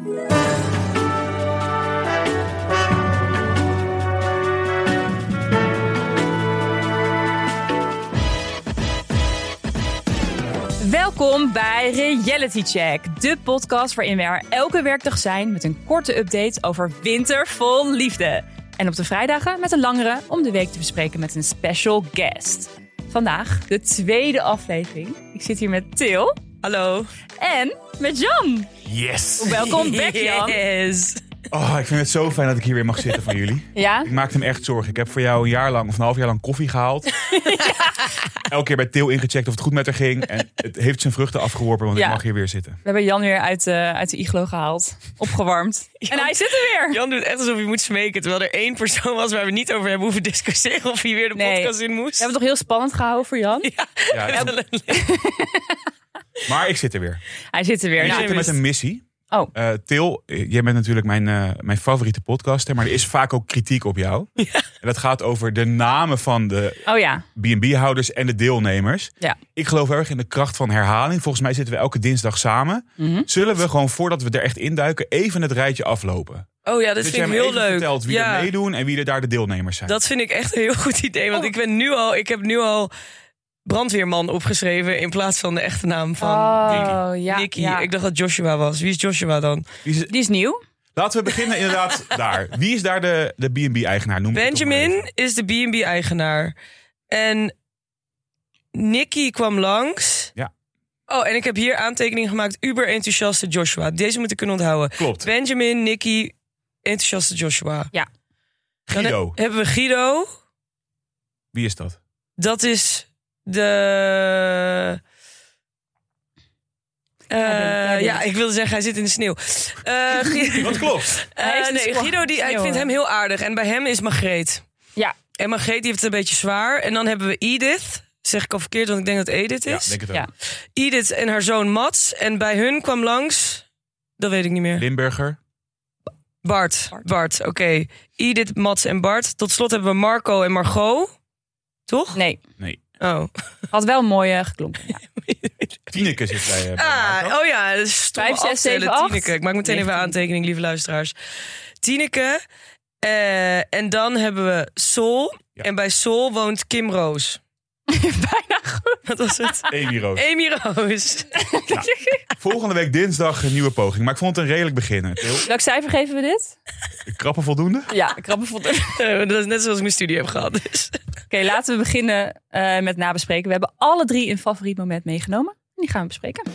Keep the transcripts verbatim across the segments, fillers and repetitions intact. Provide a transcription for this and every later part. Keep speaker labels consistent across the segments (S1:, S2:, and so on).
S1: Welkom bij Reality Check, de podcast waarin we er elke werkdag zijn met een korte update over winter vol liefde. En op de vrijdagen met een langere om de week te bespreken met een special guest. Vandaag de tweede aflevering. Ik zit hier met Til.
S2: Hallo.
S1: En met Jan.
S3: Yes.
S1: Welkom back, Jan.
S2: Yes.
S3: Oh, ik vind het zo fijn dat ik hier weer mag zitten van jullie.
S1: Ja?
S3: Ik maakte me echt zorgen. Ik heb voor jou een jaar lang of een half jaar lang koffie gehaald. Ja. Elke keer bij Til ingecheckt of het goed met haar ging. En het heeft zijn vruchten afgeworpen, want ja. ik mag hier weer zitten.
S1: We hebben Jan weer uit, uh, uit de iglo gehaald. Opgewarmd.
S2: Jan,
S1: en hij zit er weer.
S2: Jan doet echt alsof je moet smeken. Terwijl er één persoon was waar we niet over hebben hoeven discussiëren of hij weer de
S1: nee.
S2: podcast in moest.
S1: We hebben het toch heel spannend gehouden voor Jan?
S2: Ja,
S3: ja, ja. Maar ik zit er weer.
S1: Hij zit er weer.
S3: Ik
S1: nou,
S3: zit er met een missie.
S1: Oh.
S3: Uh, Til, jij bent natuurlijk mijn, uh, mijn favoriete podcaster. Maar er is vaak ook kritiek op jou. Ja. En dat gaat over de namen van de
S1: oh, ja.
S3: B en B-houders en de deelnemers.
S1: Ja.
S3: Ik geloof erg in de kracht van herhaling. Volgens mij zitten we elke dinsdag samen.
S1: Mm-hmm.
S3: Zullen we gewoon, voordat we er echt induiken, even het rijtje aflopen?
S2: Oh ja, dat
S3: dus
S2: vind ik heel leuk.
S3: Vertelt wie
S2: ja.
S3: er meedoen en wie er daar de deelnemers zijn.
S2: Dat vind ik echt een heel goed idee. Want
S1: oh.
S2: ik ben nu al, ik heb nu al brandweerman opgeschreven in plaats van de echte naam van
S1: oh,
S2: Nicky.
S1: Ja,
S2: Nicky.
S1: ja.
S2: Ik dacht dat Joshua was. Wie is Joshua dan?
S3: Die is,
S1: Die is nieuw.
S3: Laten we beginnen inderdaad daar. Wie is daar de, de B en B-eigenaar? Noem
S2: Benjamin is de B en B-eigenaar. En Nicky kwam langs.
S3: Ja.
S2: Oh, en ik heb hier aantekening gemaakt. Uber enthousiaste Joshua. Deze moet ik kunnen onthouden.
S3: Klopt.
S2: Benjamin, Nicky, enthousiaste Joshua.
S1: Ja.
S2: Dan
S3: Guido.
S2: he- hebben we Guido.
S3: Wie is dat?
S2: Dat is de... Uh,
S1: ja,
S2: ja, ik wilde zeggen, hij zit in de sneeuw. Uh, Guido...
S3: Dat klopt.
S2: Uh, nee, Guido, die, ik vind hem heel aardig. En bij hem is Margreet.
S1: Ja.
S2: En Margreet die heeft het een beetje zwaar. En dan hebben we Edith. Zeg ik al verkeerd, want ik denk dat Edith is.
S3: Ja, denk het ook.
S1: Ja.
S2: Edith en haar zoon Mats. En bij hun kwam langs... Dat weet ik niet meer.
S3: Limburger.
S2: Bart. Bart, Bart oké. Okay. Edith, Mats en Bart. Tot slot hebben we Marco en Margot. Toch?
S1: Nee.
S3: Nee.
S2: Oh.
S1: Had wel mooi uh, geklonken. Ja.
S3: Tineke zit bij, uh, bij
S2: Ah,
S3: Marco.
S2: oh ja, dat is
S1: Vijf, zes, zeven, acht.
S2: Tineke. Ik maak meteen even een aantekening, lieve luisteraars. Tineke. Uh, en dan hebben we Sol. Ja. En bij Sol woont Kim Roos.
S1: Bijna goed.
S2: Wat was het?
S3: Amy Roos.
S2: Amy Roos.
S3: Nou, volgende week dinsdag een nieuwe poging. Maar ik vond het een redelijk beginnen.
S1: Welk cijfer geven we dit?
S3: Krappen voldoende?
S1: Ja, krappen voldoende.
S2: Uh, dat is net zoals ik mijn studie heb gehad. Dus.
S1: Oké, okay, laten we beginnen uh, met nabespreken. We hebben alle drie een favoriet moment meegenomen. En die gaan we bespreken.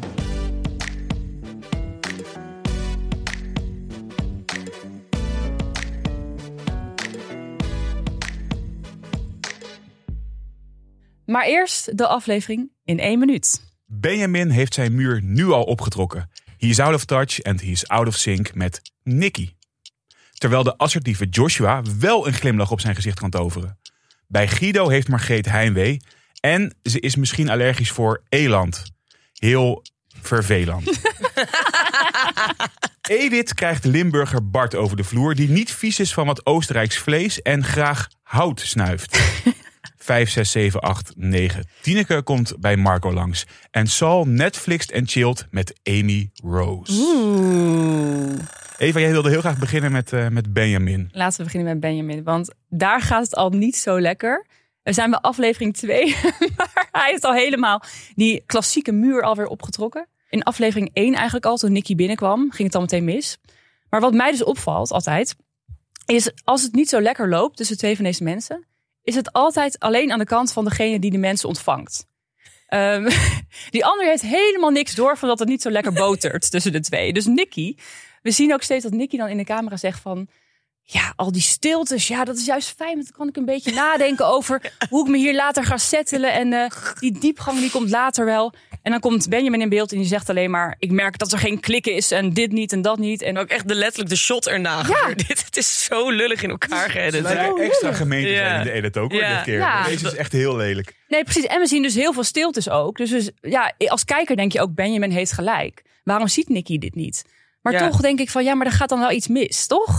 S1: Maar eerst de aflevering in één minuut.
S3: Benjamin heeft zijn muur nu al opgetrokken. He is out of touch and he is out of sync met Nicky. Terwijl de assertieve Joshua wel een glimlach op zijn gezicht kan toveren. Bij Guido heeft Margreet heimwee en ze is misschien allergisch voor eland. Heel vervelend. Edith krijgt de Limburger Bart over de vloer die niet vies is van wat Oostenrijks vlees en graag hout snuift. vijf, zes, zeven, acht, negen. Tineke komt bij Marco langs. En Saul Netflixt en chillt met Amy Rose.
S1: Oeh.
S3: Eva, jij wilde heel graag beginnen met, uh, met Benjamin.
S1: Laten we beginnen met Benjamin. Want daar gaat het al niet zo lekker. We zijn bij aflevering twee. Maar hij heeft al helemaal die klassieke muur alweer opgetrokken. In aflevering één eigenlijk al, toen Nicky binnenkwam, ging het al meteen mis. Maar wat mij dus opvalt altijd, is als het niet zo lekker loopt tussen twee van deze mensen, is het altijd alleen aan de kant van degene die de mensen ontvangt. Um, die ander heeft helemaal niks door van dat het niet zo lekker botert tussen de twee. Dus Nicky, we zien ook steeds dat Nicky dan in de camera zegt van, ja, al die stiltes, ja, dat is juist fijn. Want dan kan ik een beetje nadenken over hoe ik me hier later ga settelen. En uh, die diepgang die komt later wel. En dan komt Benjamin in beeld en die zegt alleen maar, ik merk dat er geen klik is en dit niet en dat niet. En
S2: ook echt de letterlijk de shot erna.
S1: Ja.
S2: Dit, het is zo lullig in elkaar geëdit.
S3: Het lijken extra gemeente zijn
S2: ja.
S3: in de edit ook hoor,
S2: ja.
S3: dit keer.
S1: Ja.
S3: Deze is echt heel lelijk.
S1: Nee, precies. En we zien dus heel veel stiltes ook. Dus, dus ja, als kijker denk je ook, Benjamin heeft gelijk. Waarom ziet Nicky dit niet? Maar
S2: ja.
S1: toch denk ik van, ja, maar er gaat dan wel iets mis, toch?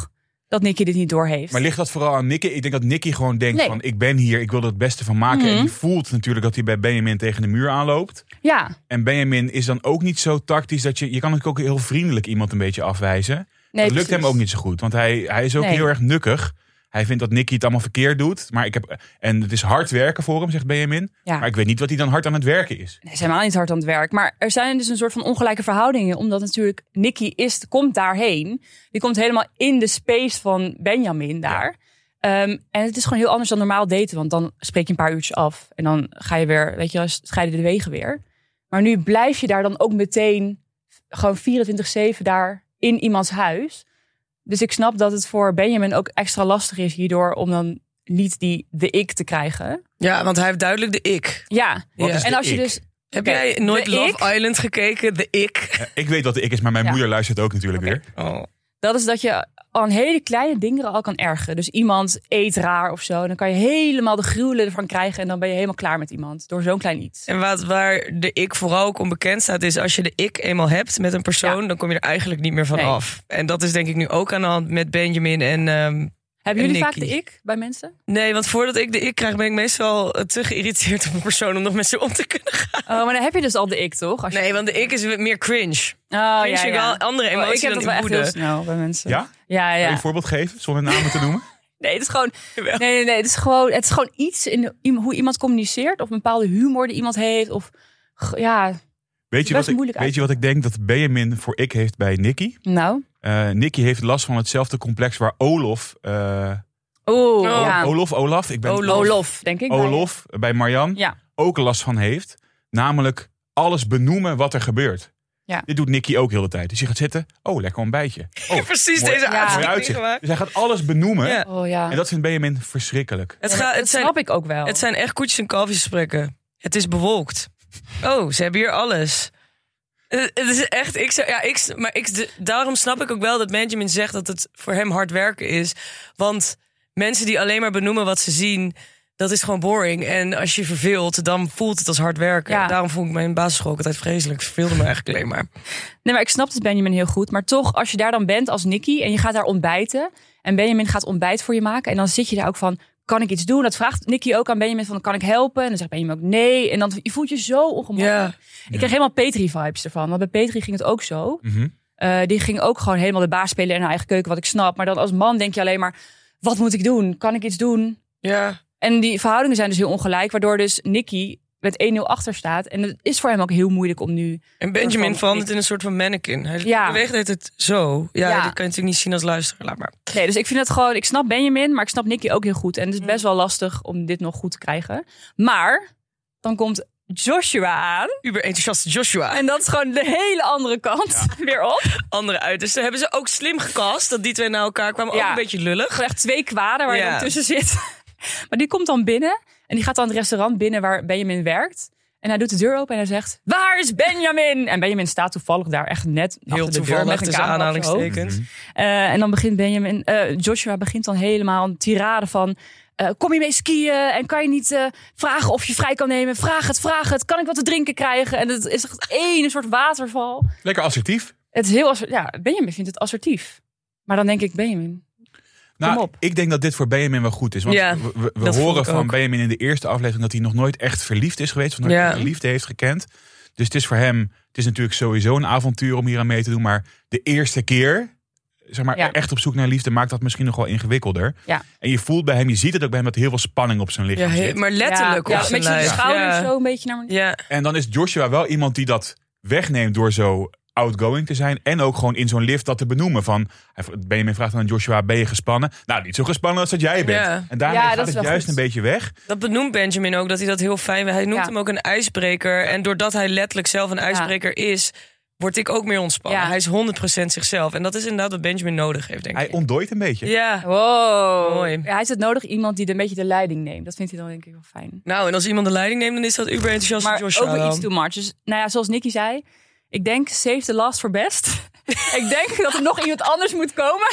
S1: dat Nicky dit niet doorheeft.
S3: Maar ligt dat vooral aan Nicky? Ik denk dat Nicky gewoon denkt
S1: Nee.
S3: van ik ben hier, ik wil er het beste van maken.
S1: Mm-hmm.
S3: En die voelt natuurlijk dat hij bij Benjamin tegen de muur aanloopt.
S1: Ja,
S3: En Benjamin is dan ook niet zo tactisch dat je... Je kan natuurlijk ook heel vriendelijk iemand een beetje afwijzen.
S1: nee,
S3: dat lukt
S1: precies.
S3: hem ook niet zo goed. Want hij, hij is ook
S1: Nee.
S3: heel erg nukkig. Hij vindt dat Nicky het allemaal verkeerd doet. Maar ik heb, en het is hard werken voor hem, zegt Benjamin.
S1: Ja.
S3: Maar ik weet niet wat hij dan hard aan het werken is.
S1: Nee, ze zijn helemaal niet hard aan het werk. Maar er zijn dus een soort van ongelijke verhoudingen. Omdat natuurlijk Nicky is, komt daarheen. Die komt helemaal in de space van Benjamin daar. Um, en het is gewoon heel anders dan normaal daten. Want dan spreek je een paar uurtjes af. En dan ga je weer, weet je, scheiden de wegen weer. Maar nu blijf je daar dan ook meteen gewoon vierentwintig zeven daar in iemands huis. Dus ik snap dat het voor Benjamin ook extra lastig is hierdoor om dan niet die de ik te krijgen.
S2: Ja, want hij heeft duidelijk de ik.
S1: Ja,
S3: Wat
S2: Ja.
S3: is de
S1: en als je
S3: ik?
S1: dus...
S2: Heb
S1: Oké,
S2: jij nooit
S1: de
S2: Love
S1: ik?
S2: Island gekeken? De ik.
S3: Eh, Ik weet wat de ik is, maar mijn
S1: Ja.
S3: moeder luistert ook natuurlijk
S1: Oké.
S3: weer.
S2: Oh.
S1: Dat is dat je aan hele kleine dingen al kan ergeren. Dus iemand eet raar of zo. Dan kan je helemaal de gruwelen ervan krijgen. En dan ben je helemaal klaar met iemand. Door zo'n klein iets.
S2: En wat, waar de ik vooral ook onbekend staat, is als je de ik eenmaal hebt met een persoon,
S1: Ja.
S2: dan kom je er eigenlijk niet meer van
S1: Nee.
S2: af. En dat is denk ik nu ook aan de hand met Benjamin en... ehm,
S1: Hebben
S2: en
S1: jullie vaak
S2: Nicky.
S1: de ik bij mensen?
S2: Nee, want voordat ik de ik krijg, ben ik meestal eh, te geïrriteerd op een persoon om nog met ze om te kunnen gaan.
S1: Oh, maar dan heb je dus al de ik, toch? Als je...
S2: Nee, want de ik is meer cringe.
S1: Oh,
S2: Cringe vind ik wel andere
S1: Oh,
S2: emotie
S1: ik heb
S2: dan
S1: dat wel echt heel
S2: woede.
S1: snel bij mensen.
S3: Ja?
S1: Ja,
S3: Kan je
S1: ja.
S3: een voorbeeld geven, zonder namen te noemen?
S1: Nee, het is gewoon...
S2: Jawel.
S1: Nee, nee, nee. Het is gewoon, het is gewoon iets in de- hoe iemand communiceert. Of een bepaalde humor die iemand heeft. Of ja,
S3: Weet je,
S1: Best
S3: wat ik,
S1: moeilijk
S3: weet je wat ik denk dat Benjamin voor ik heeft bij Nicky?
S1: nou.
S3: Uh, Nicky heeft last van hetzelfde complex waar Olof... uh,
S1: Oeh,
S2: Oh,
S1: ja.
S3: Olof, Olaf? Ik ben
S2: Olof.
S1: Olof, denk ik.
S3: Olof bij Marjan
S1: Ja.
S3: ook last van heeft. Namelijk alles benoemen wat er gebeurt.
S1: Ja.
S3: Dit doet Nicky ook heel de tijd. Dus je gaat zitten. Oh, lekker ontbijtje. Oh,
S2: Precies
S3: mooi-
S2: deze
S1: Ja.
S3: mooi
S2: uitspraak
S3: uitzicht.
S2: gemaakt.
S3: Dus hij gaat alles benoemen.
S2: Ja.
S1: Oh ja.
S3: En dat vindt Benjamin verschrikkelijk.
S2: Het,
S1: Ja,
S2: gaat,
S1: dat
S2: het, zijn,
S1: snap ik ook wel.
S2: het zijn echt koetjes en kalfjesgesprekken. Het is bewolkt. Oh, ze hebben hier alles. Het het is echt, ik, zeg- ja, ik, maar ik, de- daarom snap ik ook wel dat Benjamin zegt dat het voor hem hard werken is. Want mensen die alleen maar benoemen wat ze zien, dat is gewoon boring. En als je je verveelt, dan voelt het als hard werken.
S1: Ja.
S2: Daarom vond ik mijn basisschool ook altijd vreselijk. Ik verveelde me eigenlijk alleen maar.
S1: Nee, maar ik snap het Benjamin heel goed. Maar toch, als je daar dan bent als Nicky en je gaat daar ontbijten. En Benjamin gaat ontbijt voor je maken. En dan zit je daar ook van, kan ik iets doen? Dat vraagt Nicky ook aan Benjamin van, kan ik helpen? En dan zegt Benjamin ook nee. En dan je voelt je zo ongemakkelijk.
S2: Ja.
S1: Ik kreeg helemaal Petri-vibes ervan. Want bij Petri ging het ook zo.
S3: Mhm.
S1: Uh, die ging ook gewoon helemaal de baas spelen in haar eigen keuken, wat ik snap. Maar dan als man denk je alleen maar, wat moet ik doen? Kan ik iets doen?
S2: Ja.
S1: En die verhoudingen zijn dus heel ongelijk. Waardoor dus Nicky met één nul achter staat. En het is voor hem ook heel moeilijk om nu...
S2: En Benjamin
S1: Van-
S2: verandert in een soort van mannequin. Hij
S1: Ja.
S2: beweegt het zo. Ja,
S1: Ja.
S2: dat kan je natuurlijk niet zien als luisteraar. Laat maar.
S1: Nee, dus ik vind het gewoon... Ik snap Benjamin, maar ik snap Nicky ook heel goed. En het is best wel lastig om dit nog goed te krijgen. Maar dan komt Joshua aan.
S2: Uber enthousiaste Joshua.
S1: En dat is gewoon de hele andere kant weer op.
S2: Andere uit. Dus daar hebben ze ook slim gecast. Dat die twee naar elkaar kwamen. Ook
S1: Ja.
S2: een beetje lullig.
S1: Gewoon echt twee kwaden waar je
S2: Ja.
S1: dan tussen zit. Maar die komt dan binnen. En die gaat dan het restaurant binnen waar Benjamin werkt. En hij doet de deur open en hij zegt, waar is Benjamin? En Benjamin staat toevallig daar echt net
S2: Heel
S1: achter de deur
S2: toevallig
S1: met een
S2: tussen
S1: camera op zijn hoofd.
S2: aanhalingstekens.
S1: Uh, en dan begint Benjamin, uh, Joshua begint dan helemaal een tirade van, uh, kom je mee skiën en kan je niet uh, vragen of je vrij kan nemen? Vraag het, vraag het. Kan ik wat te drinken krijgen? En het is echt één soort waterval.
S3: Lekker assertief.
S1: Het is heel assertief. Ja, Benjamin vindt het assertief. Maar dan denk ik, Benjamin, kom
S3: Nou,
S1: op.
S3: ik denk dat dit voor Benjamin wel goed is. Want
S2: Ja,
S3: we, we- we
S2: dat voel
S3: horen
S2: ik
S3: van
S2: ook.
S3: Benjamin in de eerste aflevering dat hij nog nooit echt verliefd is geweest. Of nooit
S2: Ja.
S3: echt liefde heeft gekend. Dus het is voor hem, het is natuurlijk sowieso een avontuur om hier aan mee te doen. Maar de eerste keer, zeg maar,
S1: Ja.
S3: echt op zoek naar liefde maakt dat misschien nog wel ingewikkelder.
S1: Ja.
S3: En je voelt bij hem, je ziet het ook bij hem, dat er heel veel spanning op zijn
S2: Ja,
S3: lichaam
S2: he-
S3: zit.
S2: maar letterlijk
S1: ja,
S2: op
S1: ja,
S2: zijn
S1: met je
S2: lijf.
S1: schouders
S2: Ja.
S1: zo een beetje naar beneden.
S2: Ja.
S3: En dan is Joshua wel iemand die dat wegneemt door zo outgoing te zijn. En ook gewoon in zo'n lift dat te benoemen. Van, Benjamin vraagt dan aan Joshua, ben je gespannen? Nou, niet zo gespannen als dat jij bent.
S2: Ja.
S3: En daarmee
S1: Ja,
S3: gaat
S1: dat is
S3: het
S1: wel
S3: juist
S1: goed.
S3: een beetje weg.
S2: Dat benoemt Benjamin ook, dat hij dat heel fijn vindt. Hij noemt
S1: Ja.
S2: hem ook een ijsbreker. En doordat hij letterlijk zelf een ijsbreker is, word ik ook meer ontspannen.
S1: Ja.
S2: Hij is honderd procent zichzelf. En dat is inderdaad wat Benjamin nodig heeft, denk
S3: Hij
S2: ik.
S3: ontdooit een beetje.
S2: Ja.
S1: Wow.
S2: Mooi.
S1: Ja, hij heeft het nodig, iemand die een beetje de leiding neemt. Dat vindt hij dan denk ik wel fijn.
S2: Nou, en als iemand de leiding neemt, dan is dat uber enthousiast
S1: Maar
S2: Joshua.
S1: over
S2: dan.
S1: iets too much. Dus nou ja, zoals Nicky zei, ik denk save the last for best. Ik denk dat er nog iemand anders moet komen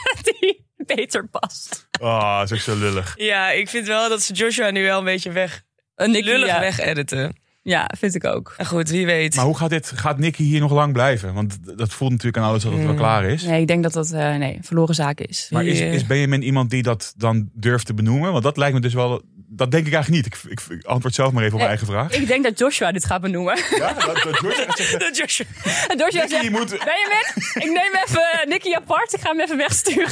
S1: die beter past.
S3: Oh, dat is ook zo lullig.
S2: Ja, ik vind wel dat ze Joshua nu wel een beetje weg...
S1: Een Nicky,
S2: lullig
S1: ja.
S2: weg editen.
S1: Ja, vind ik ook.
S2: En goed, wie weet.
S3: Maar hoe gaat dit? Gaat Nicky hier nog lang blijven? Want dat voelt natuurlijk aan alles dat het wel
S2: Mm.
S3: klaar is.
S1: Nee, ik denk dat dat uh, nee, verloren zaak is.
S3: Maar is,
S2: Die, eh,
S3: is Benjamin iemand die dat dan durft te benoemen? Want dat lijkt me dus wel... Dat denk ik eigenlijk niet. Ik, ik, ik antwoord zelf maar even op mijn eigen vraag.
S1: Ik denk dat Joshua dit gaat benoemen.
S3: Ja, dat, dat George gaat zeggen,
S2: Dat Joshua.
S1: En Joshua
S3: Nicky,
S1: zegt,
S3: je moet...
S1: Benjamin, ik neem even Nicky apart. Ik ga hem even wegsturen.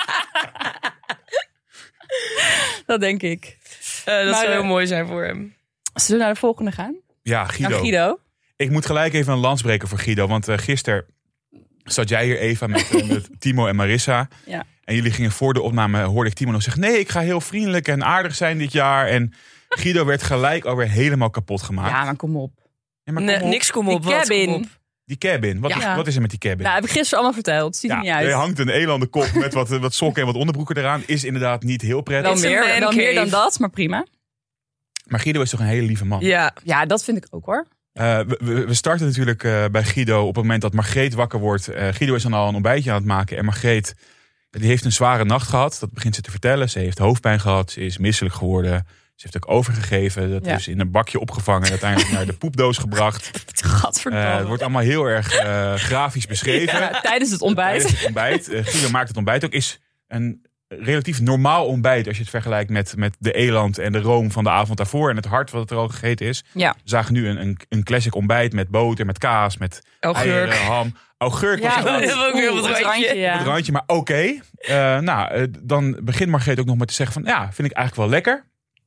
S1: Dat denk ik.
S2: Uh, dat
S1: Maar,
S2: zou heel
S1: uh,
S2: mooi zijn voor hem.
S1: Zullen we naar de volgende gaan?
S3: Ja, Guido.
S1: Naar Guido.
S3: Ik moet gelijk even een lans breken voor Guido. Want uh, gisteren zat jij hier, Eva, met, uh, met Timo en Marissa.
S1: Ja.
S3: En jullie gingen voor de opname, hoorde ik Timo nog zeggen... nee, ik ga heel vriendelijk en aardig zijn dit jaar. En Guido werd gelijk alweer helemaal kapot gemaakt.
S1: Ja, maar kom op.
S3: Ja, maar
S2: Nee,
S3: kom op.
S2: niks kom
S1: Die
S2: op. Wat
S1: cabin.
S2: kom op.
S3: Die cabin, wat,
S1: Ja.
S3: is, wat is er met die cabin?
S1: Nou, heb ik gisteren allemaal verteld. Ziet er niet
S3: ja,
S1: uit.
S3: er hangt een elandenkop met wat, wat sokken en wat onderbroeken eraan. Is inderdaad niet heel prettig.
S1: Wel
S2: It's a
S1: meer,
S2: man
S1: wel meer dan
S2: cave.
S1: dat, maar prima.
S3: Maar Guido is toch een hele lieve man.
S2: Ja,
S1: Ja, dat vind ik ook hoor.
S3: Uh, we, we- we starten natuurlijk uh, bij Guido op het moment dat Margreet wakker wordt. Uh, Guido is dan al een ontbijtje aan het maken. En Margreet die heeft een zware nacht gehad. Dat begint ze te vertellen. Ze heeft hoofdpijn gehad. Ze is misselijk geworden. Ze heeft ook overgegeven. Dat
S1: Ja.
S3: is in een bakje opgevangen. En uiteindelijk naar de poepdoos gebracht.
S1: Gadverdamme.
S3: Uh, het wordt allemaal heel erg uh, grafisch beschreven.
S1: Ja, tijdens het ontbijt.
S3: Tijdens het ontbijt. Uh, Guido maakt het ontbijt ook. Is een relatief normaal ontbijt als je het vergelijkt met, met de eland en de room van de avond daarvoor. En het hart wat er al gegeten is.
S1: Ja.
S3: We zagen nu een, een, een classic ontbijt met boter, met kaas, met
S2: augurk.
S3: eieren, ham. Augurk was
S1: Ja,
S3: er wel
S2: dat
S3: op
S2: hebben we ook weer op het
S1: Oeh,
S2: randje.
S3: het
S1: ja.
S3: randje, maar oké. Eh, nou, eh, dan begint Margreet ook nog maar te zeggen van... ja, vind ik eigenlijk wel lekker.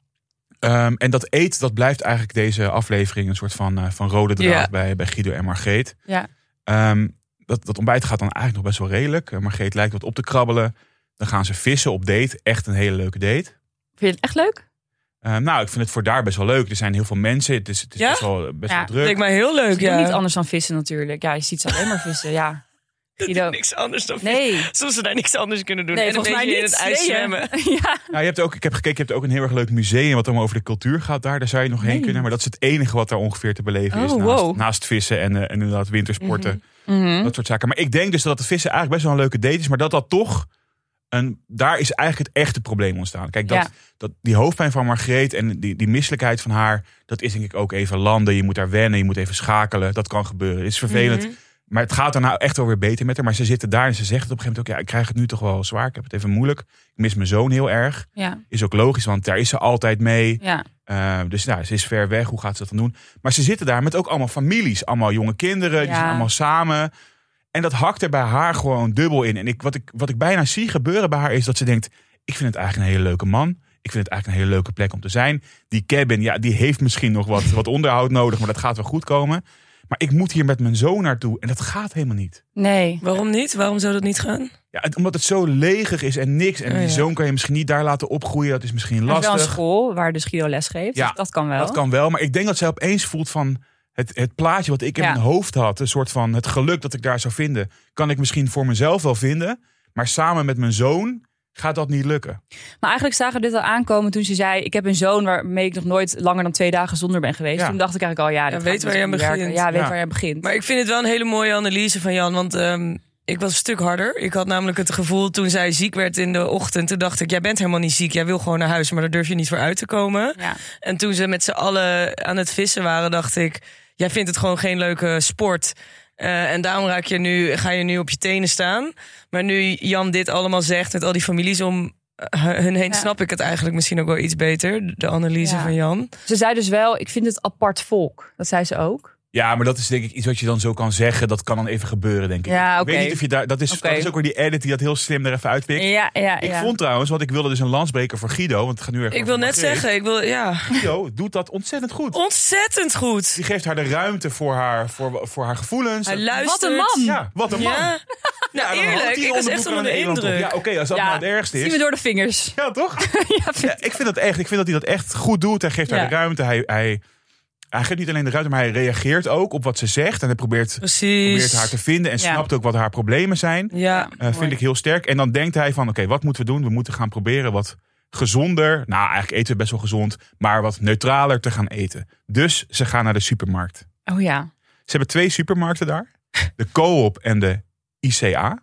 S3: Ehm, en dat eet, dat blijft eigenlijk deze aflevering... een soort van, eh, van rode draad
S2: Ja.
S3: bij, bij Guido en Margreet.
S1: Ja.
S3: Ehm, dat, dat ontbijt gaat dan eigenlijk nog best wel redelijk. Uh, Margreet lijkt wat op te krabbelen. Dan gaan ze vissen op date. Echt een hele leuke date.
S1: Vind je het echt leuk?
S3: Uh, nou, ik vind het voor daar best wel leuk. Er zijn heel veel mensen. Het is, het is
S2: Ja?
S3: best wel, best
S1: Ja.
S3: wel druk.
S2: Leek mij heel leuk,
S1: Ik doe
S2: ja.
S1: niet anders dan vissen natuurlijk. Ja, je ziet ze alleen maar vissen. Ja. Guido.
S2: Niks anders dan
S1: Nee.
S2: Soms ze daar niks anders kunnen doen.
S1: Nee,
S2: en een
S1: volgens mij
S2: beetje
S1: niet.
S2: in het ijs
S1: Nee, hè?
S2: zwemmen.
S1: Ja.
S3: Nou, je hebt ook, ik heb gekeken, je hebt ook een heel erg leuk museum wat allemaal over de cultuur gaat daar. Daar zou je nog heen
S1: Nee.
S3: kunnen. Maar dat is het enige wat daar ongeveer te beleven is.
S1: Oh,
S3: Naast,
S1: wow.
S3: naast vissen en, uh, en inderdaad wintersporten.
S1: Mhm.
S3: Dat soort zaken. Maar ik denk dus dat het vissen eigenlijk best wel een leuke date is. Maar dat dat toch, een, daar is eigenlijk het echte probleem ontstaan. Kijk, dat,
S1: Ja.
S3: dat, die hoofdpijn van Margreet en die, die misselijkheid van haar. Dat is denk ik ook even landen. Je moet daar wennen, je moet even schakelen. Dat kan gebeuren. Het is vervelend.
S2: Mhm.
S3: Maar het gaat daarna echt wel weer beter met haar. Maar ze zitten daar en ze zegt het op een gegeven moment ook... ja, ik krijg het nu toch wel zwaar. Ik heb het even moeilijk. Ik mis mijn zoon heel erg.
S1: Ja.
S3: Is ook logisch, want daar is ze altijd mee.
S1: Ja.
S3: Uh, dus nou, ze is ver weg. Hoe gaat ze dat dan doen? Maar ze zitten daar met ook allemaal families. Allemaal jonge kinderen. Die
S1: Ja.
S3: zijn allemaal samen. En dat hakt er bij haar gewoon dubbel in. En ik, wat, ik, wat ik bijna zie gebeuren bij haar is dat ze denkt... ik vind het eigenlijk een hele leuke man. Ik vind het eigenlijk een hele leuke plek om te zijn. Die cabin, ja, die heeft misschien nog wat, wat onderhoud nodig. Maar dat gaat wel goed komen. Maar ik moet hier met mijn zoon naartoe. En dat gaat helemaal niet.
S1: Nee.
S2: Waarom niet? Waarom zou dat niet gaan?
S3: Ja, het- omdat het zo leeg is en niks. En
S2: Oh,
S3: die
S2: ja.
S3: zoon kan je misschien niet daar laten opgroeien. Dat is misschien
S1: Er is wel een
S3: lastig.
S1: school waar dus Guido les geeft.
S3: Ja,
S1: Dus dat kan wel.
S3: Dat kan wel. Maar ik denk dat zij opeens voelt van... Het, het plaatje wat ik in
S1: Ja.
S3: mijn hoofd had. Een soort van het geluk dat ik daar zou vinden. Kan ik misschien voor mezelf wel vinden. Maar samen met mijn zoon gaat dat niet lukken.
S1: Maar eigenlijk zagen we dit al aankomen toen ze zei... ik heb een zoon waarmee ik nog nooit langer dan twee dagen zonder ben geweest.
S3: Ja.
S1: Toen dacht ik eigenlijk al, ja, dit
S2: Ja,
S1: gaat
S2: weet waar je aan
S1: misschien niet
S2: begint.
S1: werken. Ja, weet
S3: Ja.
S1: waar je aan begint.
S2: Maar ik vind het wel een hele mooie analyse van Jan. Want ehm, ik was een stuk harder. Ik had namelijk het gevoel toen zij ziek werd in de ochtend. Toen dacht ik, jij bent helemaal niet ziek. Jij wil gewoon naar huis, maar daar durf je niet voor uit te komen.
S1: Ja.
S2: En toen ze met z'n allen aan het vissen waren, dacht ik... jij vindt het gewoon geen leuke sport. Uh, en daarom raak je nu, ga je nu op je tenen staan. Maar nu Jan dit allemaal zegt met al die families om uh, hun heen...
S1: Ja.
S2: snap ik het eigenlijk misschien ook wel iets beter. De analyse
S1: Ja.
S2: van Jan.
S1: Ze zei dus wel, ik vind het apart volk. Dat zei ze ook.
S3: Ja, maar dat is denk ik iets wat je dan zo kan zeggen. Dat kan dan even gebeuren, denk ik.
S1: Ja,
S3: Ik
S1: oké.
S3: weet niet of je daar... Dat is,
S1: Oké.
S3: dat is ook weer die edit die dat heel slim er even uitpikt.
S1: Ja, ja,
S3: Ik
S1: ja.
S3: vond trouwens, want ik wilde dus een lansbreker voor Guido. Want het gaat nu even
S2: Ik wil
S3: over
S2: net
S3: Margreet.
S2: zeggen, ik wil, ja,
S3: Guido doet dat ontzettend goed.
S2: ontzettend goed.
S3: Die geeft haar de ruimte voor haar, voor, voor haar gevoelens.
S2: Hij
S3: Dat-
S2: luistert.
S1: Wat een man.
S3: Ja, wat een man.
S2: Ja.
S3: Ja,
S2: Nou,
S3: dan hangt
S2: eerlijk,
S3: hij
S2: ik was
S3: onderbroek
S2: echt
S3: aan
S2: onder de
S3: een eland op.
S2: indruk.
S3: Ja, oké, als dat
S1: Ja,
S3: nou het ergste
S1: zien
S3: is.
S1: we door de vingers.
S3: Ja, toch?
S1: Ja, vind
S3: Ja, ik vind dat echt. Ik vind dat hij dat echt goed doet. Hij geeft haar
S1: Ja.
S3: de ruimte. Hij, hij, hij geeft niet alleen de ruimte, maar hij reageert ook op wat ze zegt. En hij probeert,
S2: Precies.
S3: probeert haar te vinden en
S1: Ja.
S3: snapt ook wat haar problemen zijn.
S2: Ja.
S3: Uh, vind ik heel sterk. En dan denkt hij van, oké, wat moeten we doen? We moeten gaan proberen wat gezonder. Nou, eigenlijk eten we best wel gezond. Maar wat neutraler te gaan eten. Dus ze gaan naar de supermarkt.
S1: Oh ja.
S3: Ze hebben twee supermarkten daar. De Coop en de I C A.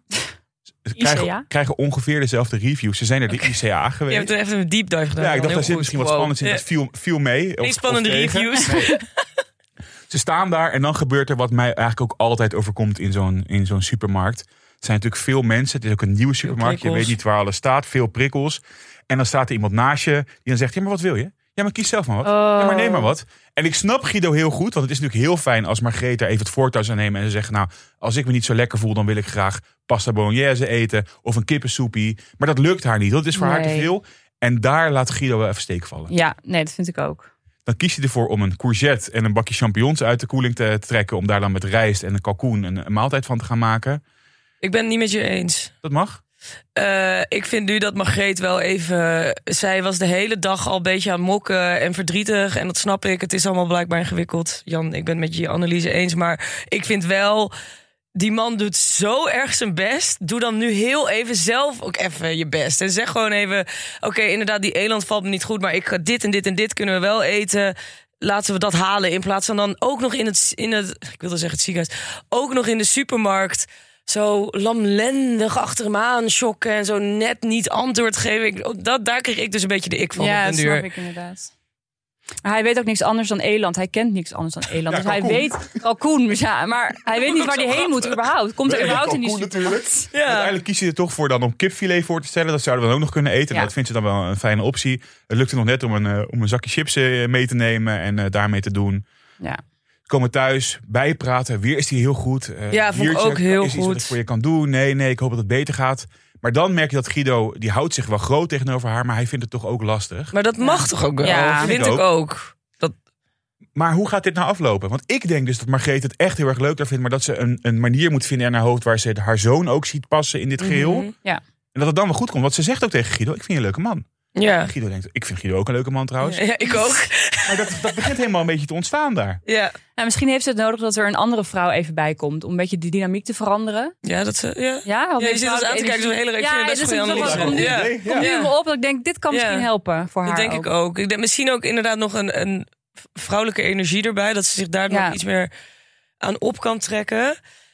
S3: Ze
S1: I C A?
S3: krijgen, krijgen ongeveer dezelfde reviews. Ze zijn naar de I C A
S2: Je
S3: geweest.
S2: hebt er even een deep dive gedaan.
S3: Ja, ik dacht,
S2: Heel
S3: daar zit
S2: goed.
S3: misschien wat
S2: Wow.
S3: spannends in.
S2: Ja.
S3: Dat viel, viel mee. Of-
S2: Geen spannende
S3: of tegen.
S2: reviews.
S3: Nee. Ze staan daar en dan gebeurt er wat mij eigenlijk ook altijd overkomt in zo'n, in zo'n supermarkt. Er zijn natuurlijk veel mensen. Het is ook een nieuwe supermarkt. Je weet niet waar alles staat. Veel prikkels. En dan staat er iemand naast je die dan zegt, ja, maar wat wil je? Ja, maar kies zelf maar wat.
S1: Oh.
S3: Ja, maar neem maar wat. En ik snap Guido heel goed. Want het is natuurlijk heel fijn als Margrethe even het voortouw zou nemen. En ze zegt, nou, als ik me niet zo lekker voel, dan wil ik graag pasta bolognese eten. Of een kippensoepie. Maar dat lukt haar niet. Dat is voor
S1: Nee.
S3: haar te veel. En daar laat Guido wel even steek vallen.
S1: Ja, nee, dat vind ik ook.
S3: Dan kies je ervoor om een courgette en een bakje champignons uit de koeling te trekken. Om daar dan met rijst en een kalkoen een, een maaltijd van te gaan maken.
S2: Ik ben het niet met je eens.
S3: Dat mag.
S2: Uh, ik vind nu dat Margreet wel even... Zij was de hele dag al een beetje aan het mokken en verdrietig. En dat snap ik. Het is allemaal blijkbaar ingewikkeld. Jan, ik ben het met je analyse eens. Maar ik vind wel... Die man doet zo erg zijn best. Doe dan nu heel even zelf ook even je best. En zeg gewoon even... Oké, okay, inderdaad, die eland valt me niet goed. Maar ik ga dit en dit en dit kunnen we wel eten. Laten we dat halen. In plaats van dan ook nog in het... In het ik wilde zeggen het ziekenhuis. Ook nog in de supermarkt... Zo lamlendig achter hem aan schokken en zo net niet antwoord geven. Ik, dat, daar kreeg ik dus een beetje de ik van.
S1: Ja,
S2: op
S1: dat
S2: den duur.
S1: snap ik inderdaad. Maar hij weet ook niks anders dan eland. Hij kent niks anders dan eland.
S3: Ja,
S1: dus hij
S3: kalkoen.
S1: weet... Kalkoen, dus ja, maar hij weet niet waar hij heen moet überhaupt. Komt er überhaupt in die supermarkt?
S2: Ja.
S3: Uiteindelijk kies je er toch voor dan om kipfilet voor te stellen. Dat zouden we dan ook nog kunnen eten.
S1: Ja.
S3: Dat vindt ze dan wel een fijne optie. Het lukte nog net om een, uh, om een zakje chips uh, mee te nemen en uh, daarmee te doen.
S1: Ja.
S3: Komen thuis, bijpraten. Weer is hij heel goed. Uh,
S2: Ja, vond ik
S3: Diertje,
S2: ook heel
S3: is iets wat
S2: goed.
S3: ik voor je kan doen? Nee, nee, ik hoop dat het beter gaat. Maar dan merk je dat Guido, die houdt zich wel groot tegenover haar. Maar hij vindt het toch ook lastig.
S2: Maar dat mag toch ook wel?
S1: Ja,
S2: vind
S3: vind
S2: ik
S3: ik
S2: ook. Dat,
S3: Maar hoe gaat dit nou aflopen? Want ik denk dus dat Margrethe het echt heel erg leuk daar vindt. Maar dat ze een, een manier moet vinden in haar hoofd waar ze haar zoon ook ziet passen in dit geheel.
S2: Mhm.
S1: Ja.
S3: En dat het dan wel goed komt. Want ze zegt ook tegen Guido, ik vind je een leuke man.
S2: ja.
S3: En Guido denkt, ik vind Guido ook een leuke man trouwens.
S2: ja, ik ook.
S3: Maar dat, dat begint helemaal een beetje te ontstaan daar.
S2: Ja,
S1: Nou, misschien heeft ze het nodig dat er een andere vrouw even bij komt. Om een beetje de dynamiek te veranderen.
S2: ja, dat ze... Ja.
S1: Ja, of
S2: Ja, je
S1: een
S2: zit
S1: vrouw
S2: ons aan te
S1: die
S2: kijken zo
S1: energie-
S2: heel erg. Ik
S1: Ja,
S2: vind het best
S1: dus
S2: een goede
S1: het was-
S2: analyse.
S1: komt nu-
S2: Ja.
S3: Nee, ja.
S1: komt nu me op dat ik denk, dit kan
S2: Ja.
S1: misschien helpen voor haar
S2: Dat denk
S1: ook.
S2: ik ook. Ik denk misschien ook inderdaad nog een, een vrouwelijke energie erbij. Dat ze zich daar
S1: Ja.
S2: nog iets meer aan op kan trekken.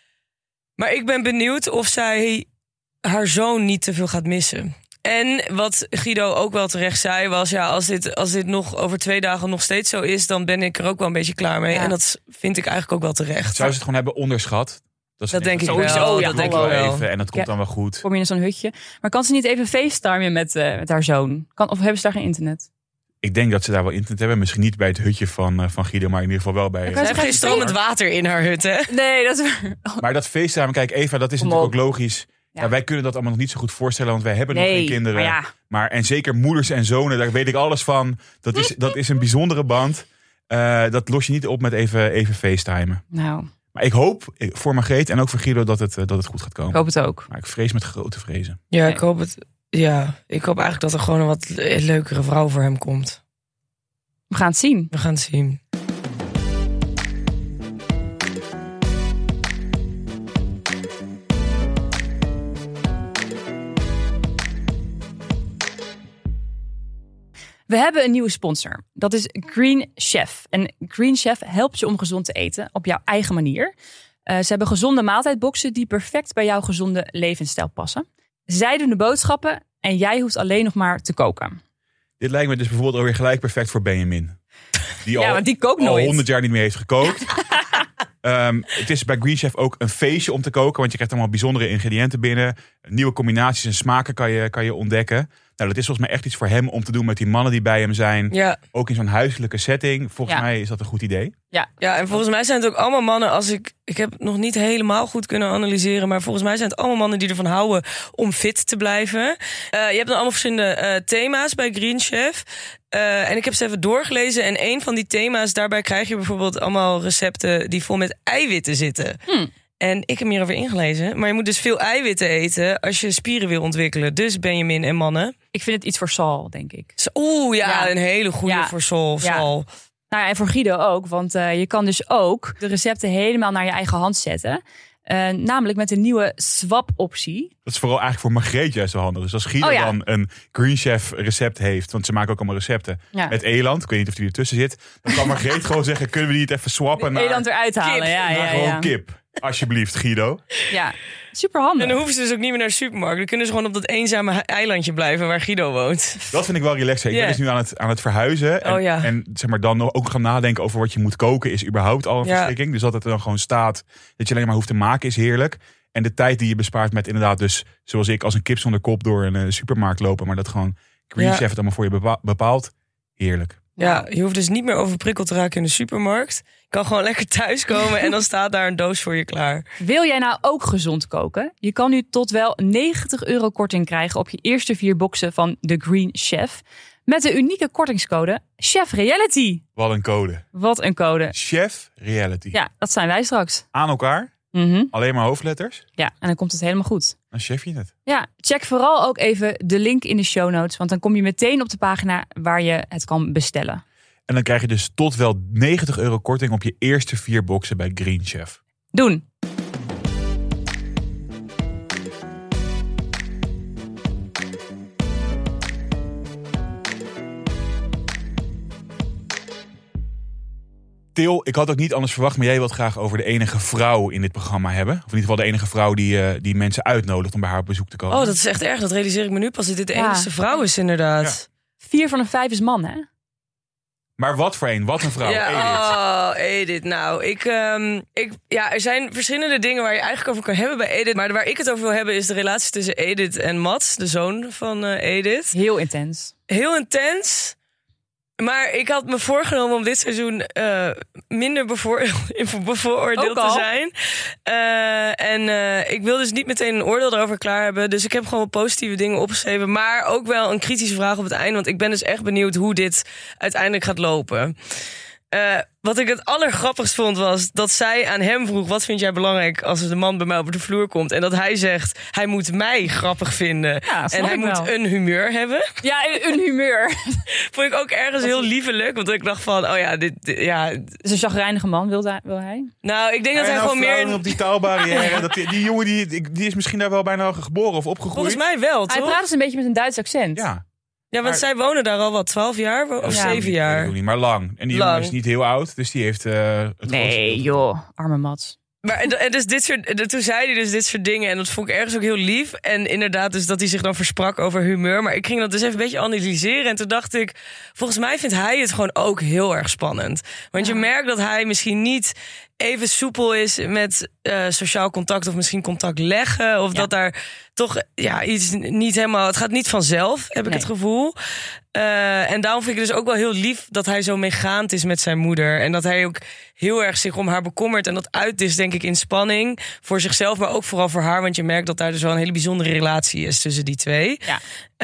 S2: Maar ik ben benieuwd of zij haar zoon niet te veel gaat missen. En wat Guido ook wel terecht zei was... ja, als dit, als dit nog over twee dagen nog steeds zo is... dan ben ik er ook wel een beetje klaar mee.
S1: Ja.
S2: En dat vind ik eigenlijk ook wel terecht.
S3: Zou ze het gewoon hebben onderschat? Dat,
S2: Dat denk ik
S1: Sowieso,
S2: wel.
S1: ja,
S2: dat denk ik
S1: hallo.
S2: wel.
S3: Even, en dat komt
S1: Ja.
S3: dan wel goed.
S1: Kom je in zo'n hutje. Maar kan ze niet even facetimen met, uh, met haar zoon? Kan, of hebben ze daar geen internet?
S3: Ik denk dat ze daar wel internet hebben. Misschien niet bij het hutje van, uh, van Guido, maar in ieder geval wel bij...
S1: Dan
S2: Ze
S1: kan
S2: heeft geen stromend water in haar hut, hè?
S1: Nee, dat is...
S3: Maar dat FaceTime, kijk Eva, dat is
S1: Kom
S3: natuurlijk
S1: op.
S3: ook logisch.
S1: Ja.
S3: Ja, wij kunnen dat allemaal nog niet zo goed voorstellen, want wij hebben nog
S1: Nee,
S3: geen kinderen.
S1: maar ja.
S3: Maar, en zeker moeders en zonen, daar weet ik alles van. Dat is, dat is een bijzondere band. Uh, dat los je niet op met even, even FaceTimen.
S1: Nou,
S3: Maar ik hoop voor Margrethe en ook voor Guido dat het, uh, dat het goed gaat komen.
S1: ik hoop het ook.
S3: Maar ik vrees met grote vrezen.
S2: Ja,
S1: Nee.
S2: ik hoop het. Ja, ik hoop eigenlijk dat er gewoon een wat le- leukere vrouw voor hem komt.
S1: We gaan het zien.
S2: We gaan het zien.
S1: We hebben een nieuwe sponsor. Dat is Green Chef. En Green Chef helpt je om gezond te eten op jouw eigen manier. Uh, ze hebben gezonde maaltijdboxen die perfect bij jouw gezonde levensstijl passen. Zij doen de boodschappen en jij hoeft alleen nog maar te koken.
S3: Dit lijkt me dus bijvoorbeeld alweer gelijk perfect voor Benjamin. Die
S1: Ja,
S3: al,
S1: want die kookt
S3: al
S1: nooit.
S3: honderd jaar niet meer heeft gekookt. um, het is bij Green Chef ook een feestje om te koken. Want je krijgt allemaal bijzondere ingrediënten binnen. Nieuwe combinaties en smaken kan je, kan je ontdekken. Nou, dat is volgens mij echt iets voor hem om te doen met die mannen die bij hem zijn.
S2: Ja.
S3: Ook in zo'n huiselijke setting. Volgens
S1: Ja.
S3: mij is dat een goed idee.
S1: Ja,
S2: Ja, en volgens mij zijn het ook allemaal mannen, als ik, ik heb het nog niet helemaal goed kunnen analyseren, maar volgens mij zijn het allemaal mannen die ervan houden om fit te blijven. Uh, je hebt dan allemaal verschillende uh, thema's bij Green Chef. Uh, en ik heb ze even doorgelezen en een van die thema's, daarbij krijg je bijvoorbeeld allemaal recepten die vol met eiwitten zitten.
S1: Hmm.
S2: En ik heb me hierover ingelezen, maar je moet dus veel eiwitten eten als je spieren wil ontwikkelen. Dus Benjamin en mannen.
S1: ik vind het iets voor Sal, denk ik.
S2: Zo, Oeh, ja,
S1: Ja.
S2: een hele goede
S1: Ja.
S2: voor Sol.
S1: Ja.
S2: Sol.
S1: Nou ja, en voor Guido ook. Want uh, je kan dus ook de recepten helemaal naar je eigen hand zetten. Uh, namelijk met de nieuwe swap-optie.
S3: Dat is vooral eigenlijk voor Margrethe juist wel handig. Dus als Guido
S1: Oh ja.
S3: dan een Green Chef recept heeft. Want ze maken ook allemaal recepten.
S1: Ja.
S3: Met eland. Ik weet niet of die ertussen zit. Dan kan Margrethe gewoon zeggen. Kunnen we die niet even swappen naar,
S1: Eland eruit halen.
S2: kip.
S1: Ja,
S3: naar
S1: ja,
S3: gewoon
S1: ja.
S3: kip. Alsjeblieft Guido.
S1: ja. super handig.
S2: En dan hoeven ze dus ook niet meer naar de supermarkt. Dan kunnen ze gewoon op dat eenzame eilandje blijven waar Guido woont.
S3: Dat vind ik wel relaxed. Ik
S2: Yeah.
S3: ben dus nu aan het, aan het verhuizen. En,
S2: Oh, ja.
S3: en zeg maar dan ook gaan nadenken over wat je moet koken is überhaupt al een
S2: Ja.
S3: verschrikking. Dus dat het er dan gewoon staat dat je alleen maar hoeft te maken is heerlijk. En de tijd die je bespaart met inderdaad dus, zoals ik, als een kip zonder kop door een uh, supermarkt lopen. Maar dat gewoon Green
S2: Ja.
S3: Chef het allemaal voor je bepa- bepaalt. Heerlijk.
S2: Ja, je hoeft dus niet meer overprikkeld te raken in de supermarkt. Je kan gewoon lekker thuiskomen en dan staat daar een doos voor je klaar.
S1: Wil jij nou ook gezond koken? Je kan nu tot wel negentig euro korting krijgen op je eerste vier boxen van The Green Chef. Met de unieke kortingscode Chef Reality.
S3: Wat een code.
S1: Wat een code.
S3: Chef Reality.
S1: Ja, dat zijn wij straks.
S3: Aan elkaar.
S1: Mhm.
S3: Alleen maar hoofdletters.
S1: Ja, en dan komt het helemaal goed.
S3: Dan chef je het.
S1: Ja, check vooral ook even de link in de show notes. Want dan kom je meteen op de pagina waar je het kan bestellen.
S3: En dan krijg je dus tot wel negentig euro korting op je eerste vier boxen bij Green Chef.
S1: Doen.
S3: Til, ik had ook niet anders verwacht, maar jij wilt graag over de enige vrouw in dit programma hebben. Of in ieder geval de enige vrouw die, uh, die mensen uitnodigt om bij haar op bezoek te komen.
S2: Oh, dat is echt erg. Dat realiseer ik me nu pas. Dat dit de
S1: Ja.
S2: enige vrouw is inderdaad.
S1: Vier van de vijf is man, hè?
S3: Maar wat voor een, wat een vrouw.
S2: Ja,
S3: Edith.
S2: oh, Edith. Nou, ik, um, ik, ja, er zijn verschillende dingen waar je eigenlijk over kan hebben bij Edith. Maar waar ik het over wil hebben is de relatie tussen Edith en Mats, de zoon van uh, Edith.
S1: Heel intens.
S2: Heel intens. Maar ik had me voorgenomen om dit seizoen uh, minder bevoor- bevooroordeeld
S1: Ook al.
S2: te zijn. Uh, en uh, ik wil dus niet meteen een oordeel erover klaar hebben. Dus ik heb gewoon positieve dingen opgeschreven. Maar ook wel een kritische vraag op het einde. Want ik ben dus echt benieuwd hoe dit uiteindelijk gaat lopen. Uh, wat ik het allergrappigst vond was dat zij aan hem vroeg: wat vind jij belangrijk als de man bij mij op de vloer komt? En dat hij zegt: hij moet mij grappig vinden.
S1: Ja, snap
S2: en hij
S1: ik
S2: moet
S1: wel.
S2: een humeur hebben.
S1: Ja, een humeur.
S2: Vond ik ook ergens heel liefelijk. Want ik dacht van, oh ja, dit, dit- ja.
S1: Het is een chagrijnige man, wil, hij- wil hij?
S2: Nou, ik denk dat
S3: En
S2: hij
S3: nou
S2: gewoon
S3: vrouwen
S2: meer.
S3: op die taalbarrière. dat die, die jongen die, die is misschien daar wel bijna geboren of opgegroeid.
S2: Volgens mij wel,
S1: Hij
S2: toch?
S1: praat dus een beetje met een Duits accent.
S3: Ja.
S2: Ja, want
S3: maar-
S2: zij wonen daar al wat, twaalf jaar of
S1: Ja.
S2: zeven
S3: Weet ik
S2: jaar.
S3: ook niet, maar lang. En die
S2: Lang.
S3: jongen is niet heel oud, dus die heeft uh, het grootste
S1: Nee,
S3: deel.
S1: joh. Arme Mats.
S2: Maar en- en dus dit soort, de- toen zei hij dus dit soort dingen en dat vond ik ergens ook heel lief. En inderdaad dus dat hij zich dan versprak over humeur. Maar ik ging dat dus even een beetje analyseren. En toen dacht ik, volgens mij vindt hij het gewoon ook heel erg spannend. Want je merkt dat hij misschien niet even soepel is met uh, sociaal contact of misschien contact leggen. Of
S1: Ja.
S2: dat daar toch ja, iets niet helemaal... Het gaat niet vanzelf, heb ik
S1: Nee.
S2: het gevoel. Uh, en daarom vind ik het dus ook wel heel lief dat hij zo meegaand is met zijn moeder. En dat hij ook heel erg zich om haar bekommert. En dat uit is, denk ik, in spanning. Voor zichzelf, maar ook vooral voor haar. Want je merkt dat daar dus wel een hele bijzondere relatie is tussen die twee.
S1: Ja.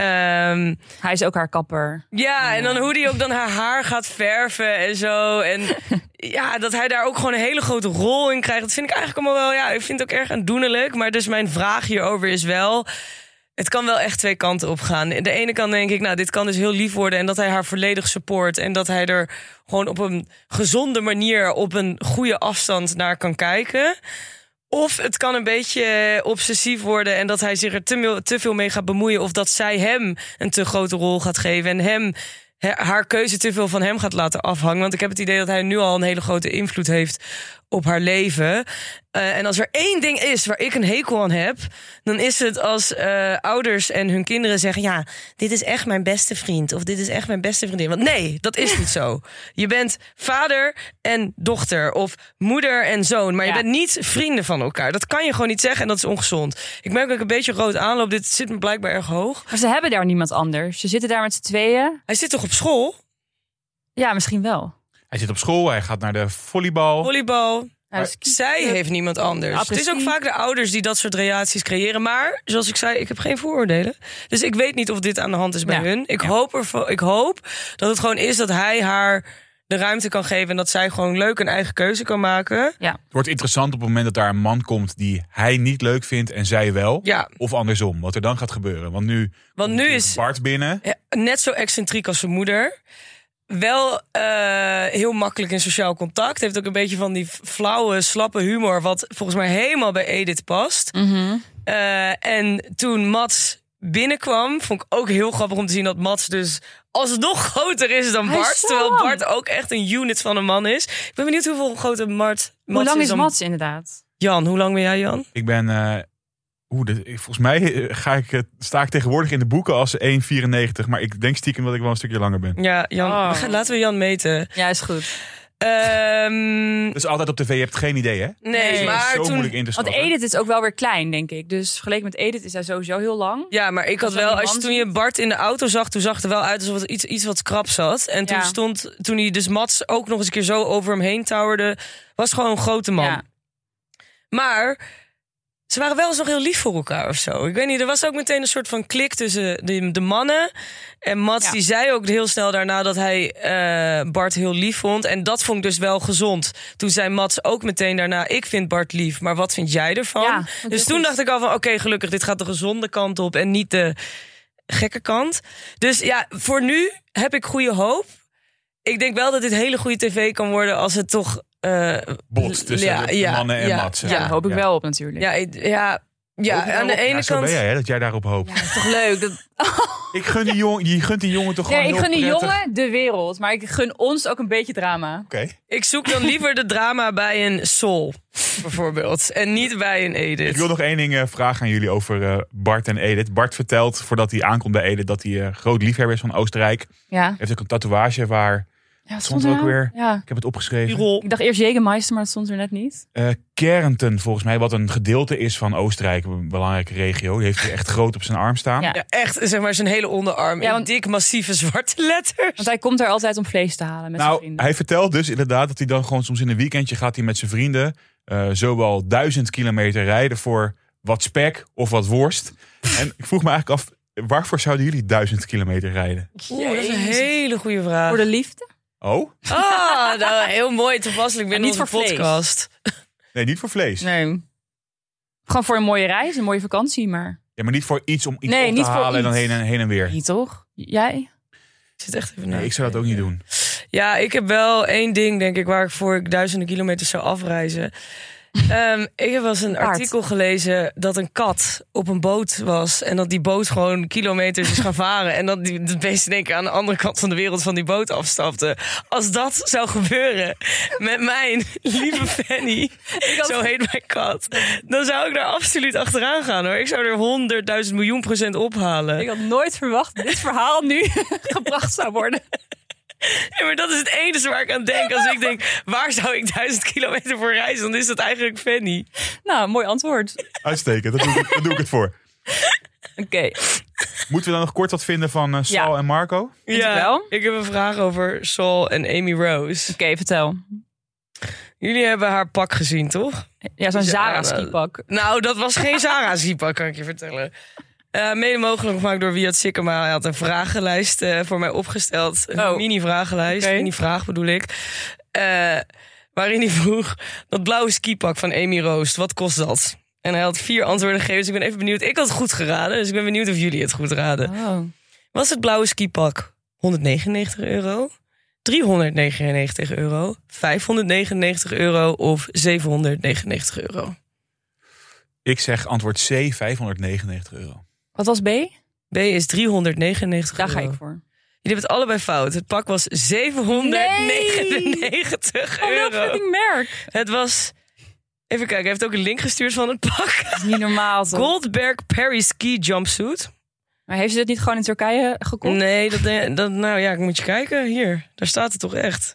S2: Um,
S1: Hij is ook haar kapper.
S2: ja, en dan hoe die ook dan haar haar gaat verven en zo. En ja, dat hij daar ook gewoon een hele grote rol in krijgt. Dat vind ik eigenlijk allemaal wel, ja, ik vind het ook erg aandoenlijk. Maar dus mijn vraag hierover is wel... Het kan wel echt twee kanten op gaan. De ene kant denk ik, nou, dit kan dus heel lief worden... en dat hij haar volledig support... en dat hij er gewoon op een gezonde manier... op een goede afstand naar kan kijken... Of het kan een beetje obsessief worden... en dat hij zich er te, me- te veel mee gaat bemoeien... of dat zij hem een te grote rol gaat geven... en hem he- haar keuze te veel van hem gaat laten afhangen. Want ik heb het idee dat hij nu al een hele grote invloed heeft... op haar leven. Uh, en als er één ding is waar ik een hekel aan heb... dan is het als uh, ouders en hun kinderen zeggen... ja, dit is echt mijn beste vriend. Of dit is echt mijn beste vriendin. Want nee, dat is niet zo. Je bent vader en dochter. Of moeder en zoon. Maar je
S1: Ja.
S2: bent niet vrienden van elkaar. Dat kan je gewoon niet zeggen en dat is ongezond. Ik merk dat ik een beetje rood aanloop. Dit zit me blijkbaar erg hoog.
S1: Maar ze hebben daar niemand anders. Ze zitten daar met z'n tweeën.
S2: Hij zit toch op school?
S1: Ja, misschien wel.
S3: Hij zit op school, hij gaat naar de volleybal.
S2: Volleybal.
S1: Ja, dus-
S2: Zij heeft niemand anders. Het is ook
S1: Apres-ski.
S2: vaak de ouders die dat soort relaties creëren. Maar, zoals ik zei, ik heb geen vooroordelen. Dus ik weet niet of dit aan de hand is bij
S1: Ja.
S2: hun. Ik,
S3: Ja.
S2: hoop ervo- ik hoop dat het gewoon is dat hij haar de ruimte kan geven... en dat zij gewoon leuk een eigen keuze kan maken.
S1: Ja.
S3: Het wordt interessant op het moment dat daar een man komt die hij niet leuk vindt en zij wel.
S2: Ja,
S3: Of andersom, wat er dan gaat gebeuren. Want nu,
S2: want nu is
S3: Bart binnen.
S2: ja, net zo excentriek als zijn moeder... Wel uh, heel makkelijk in sociaal contact. Heeft ook een beetje van die flauwe, slappe humor... wat volgens mij helemaal bij Edith past.
S1: Mhm.
S2: Uh, en toen Mats binnenkwam... vond ik ook heel grappig om te zien dat Mats dus... alsnog groter is dan
S1: Hij is
S2: Bart.
S1: zo
S2: Terwijl
S1: lang.
S2: Bart ook echt een unit van een man is. Ik ben benieuwd hoeveel groter Mart, Mats
S1: Hoe lang is
S2: dan
S1: Mats inderdaad?
S2: Jan, hoe lang ben jij, Jan?
S3: Ik ben uh, Oeh, dit- volgens mij eh, ga ik, eh, sta ik tegenwoordig in de boeken als één komma vierennegentig. Maar ik denk stiekem dat ik wel een stukje langer ben.
S2: Ja, Jan,
S1: Oh.
S2: we gaan- laten we Jan meten.
S1: Ja, is goed.
S2: Ehm,
S3: Dus altijd op tv, je hebt geen idee, hè?
S2: nee,
S1: Nee.
S2: maar
S3: zo
S2: toen...
S3: moeilijk in te
S1: Want
S3: schatten.
S1: Edith is ook wel weer klein, denk ik. Dus vergeleken met Edith is hij sowieso heel lang.
S2: Ja, maar ik had
S1: Als je
S2: wel,
S1: die
S2: als je,
S1: man
S2: toen je
S1: ziet.
S2: Bart in de auto zag, toen zag het er wel uit alsof het iets, iets wat krap zat. En toen
S1: Ja.
S2: stond, toen hij dus Mats ook nog eens een keer zo over hem heen towerde, was gewoon een grote man.
S1: Ja.
S2: Maar ze waren wel eens nog heel lief voor elkaar of zo. Ik weet niet, er was ook meteen een soort van klik tussen de, de mannen. En Mats
S1: Ja.
S2: die zei ook heel snel daarna dat hij eh, Bart heel lief vond. En dat vond ik dus wel gezond. Toen zei Mats ook meteen daarna, ik vind Bart lief, maar wat vind jij ervan?
S1: Ja, vond ik
S2: dus
S1: heel
S2: toen
S1: goed.
S2: dacht ik al van, oké, gelukkig, dit gaat de gezonde kant op en niet de gekke kant. Dus ja, voor nu heb ik goede hoop. Ik denk wel dat dit hele goede tv kan worden als het toch... eh,
S3: Botst tussen
S2: ja,
S3: de
S2: ja,
S3: mannen en
S2: ja,
S3: Mats. hè?
S1: Ja, daar hoop ik
S3: Ja.
S1: wel op natuurlijk.
S2: ja, ik- ja, ja,
S3: Hoop je
S2: aan de
S3: daarop?
S2: ene
S3: Ja, zo
S2: kant...
S3: ben jij, hè, dat jij daarop hoopt.
S1: Dat is toch leuk? Dat...
S3: Ik gun die jongen, je gunt die jongen toch
S1: Ja,
S3: gewoon
S1: ik gun
S3: heel
S1: die
S3: prettig.
S1: jongen de wereld. Maar ik gun ons ook een beetje drama.
S3: Oké.
S2: Ik zoek dan liever de drama bij een Sol, bijvoorbeeld. En niet bij een Edith.
S3: Ik wil nog één ding eh, vragen aan jullie over eh, Bart en Edith. Bart vertelt, voordat hij aankomt bij Edith, dat hij eh, groot liefhebber is van Oostenrijk. Hij
S1: Ja.
S3: heeft ook een tatoeage waar...
S1: Ja, wat
S3: Stond
S1: stond
S3: er ook
S1: er nou?
S3: weer?
S1: Ja.
S3: Ik heb het opgeschreven.
S2: Tirol.
S1: Ik dacht eerst Jägermeister, maar dat stond er net niet.
S3: Eh Kärnten, volgens mij, wat een gedeelte is van Oostenrijk. Een belangrijke regio. Die heeft hij echt groot op zijn arm staan.
S1: Ja.
S2: Ja, echt, zeg maar, zijn hele onderarm
S1: Ja,
S2: in
S1: want-
S2: dik massieve zwarte letters.
S1: Want hij komt er altijd om vlees te halen met zijn
S3: Nou,
S1: vrienden.
S3: hij vertelt dus inderdaad dat hij dan gewoon soms in een weekendje gaat hij met zijn vrienden eh zowel duizend kilometer rijden voor wat spek of wat worst. En ik vroeg me eigenlijk af, waarvoor zouden jullie duizend kilometer rijden?
S2: Oeh, dat is een hele goede vraag.
S1: Voor de liefde?
S3: Oh?
S2: Ah, nou, heel mooi, toepasselijk binnen
S1: niet
S2: onze
S1: voor vlees.
S2: podcast.
S3: Nee, niet voor vlees.
S1: Nee. Gewoon voor een mooie reis, een mooie vakantie, maar...
S3: Ja, maar niet voor iets om iets
S1: Nee,
S3: op
S1: niet
S3: te
S1: voor
S3: halen en dan
S1: iets.
S3: heen en, heen en weer.
S1: Niet toch? Jij?
S2: Ik zit echt even na
S3: Nee,
S2: te
S3: ik zou dat ook niet doen.
S2: Ja, ik heb wel één ding, denk ik, waar ik voor ik duizenden kilometers zou afreizen. Ehm, ik heb wel eens een
S1: Paard.
S2: artikel gelezen dat een kat op een boot was. En dat die boot gewoon kilometers is gaan varen. En dat die de beesten denk ik aan de andere kant van de wereld van die boot afstapte. Als dat zou gebeuren met mijn lieve Fanny,
S1: had-
S2: zo heet mijn kat. Dan zou ik daar absoluut achteraan gaan hoor. Ik zou er honderdduizend miljoen procent ophalen.
S1: Ik had nooit verwacht dat dit verhaal nu gebracht zou worden.
S2: Ja, maar dat is het enige waar ik aan denk. Als ik denk, waar zou ik duizend kilometer voor reizen? Dan is dat eigenlijk Fanny.
S1: Nou, mooi antwoord.
S3: Uitstekend, dat doe ik, daar doe ik het voor.
S1: Oké.
S3: Moeten we dan nog kort wat vinden van eh, Sal
S1: Ja.
S3: en Marco?
S1: Vind je wel?
S2: ik heb een vraag over Sol en Amy Rose.
S1: Oké, vertel.
S2: Jullie hebben haar pak gezien, toch?
S1: Ja, zo'n
S2: Ja,
S1: Zara
S2: nou,
S1: skipak.
S2: Nou, dat was geen Zara Zipa, kan ik je vertellen. Eh, mede mogelijk gemaakt door Wiat Sikkema. Hij had een vragenlijst eh, voor mij opgesteld. Een
S1: Oh.
S2: mini-vragenlijst.
S1: Oké.
S2: Mini-vraag bedoel ik. Eh, waarin hij vroeg, dat blauwe skipak van Amy Roost, wat kost dat? En hij had vier antwoorden gegeven, dus ik ben even benieuwd. Ik had het goed geraden, dus ik ben benieuwd of jullie het goed raden.
S1: Oh.
S2: Was het blauwe skipak honderdnegenennegentig euro, driehonderdnegenennegentig euro, vijfhonderdnegenennegentig euro of zevenhonderdnegenennegentig euro?
S3: Ik zeg antwoord C, vijfhonderdnegenennegentig euro.
S1: Wat was B?
S2: B is driehonderdnegenennegentig
S1: Daar
S2: euro.
S1: ga ik voor.
S2: Jullie hebben het allebei fout. Het pak was zevenhonderdnegenennegentig
S1: Oh, welk
S2: euro.
S1: fucking merk?
S2: Het was... Even kijken, hij heeft ook een link gestuurd van het pak.
S1: Dat is niet normaal, toch?
S2: Goldberg Perry Ski Jumpsuit.
S1: Maar heeft ze dit niet gewoon in Turkije gekocht?
S2: Nee, dat, dat, nou ja, moet je kijken. Hier, daar staat het toch echt.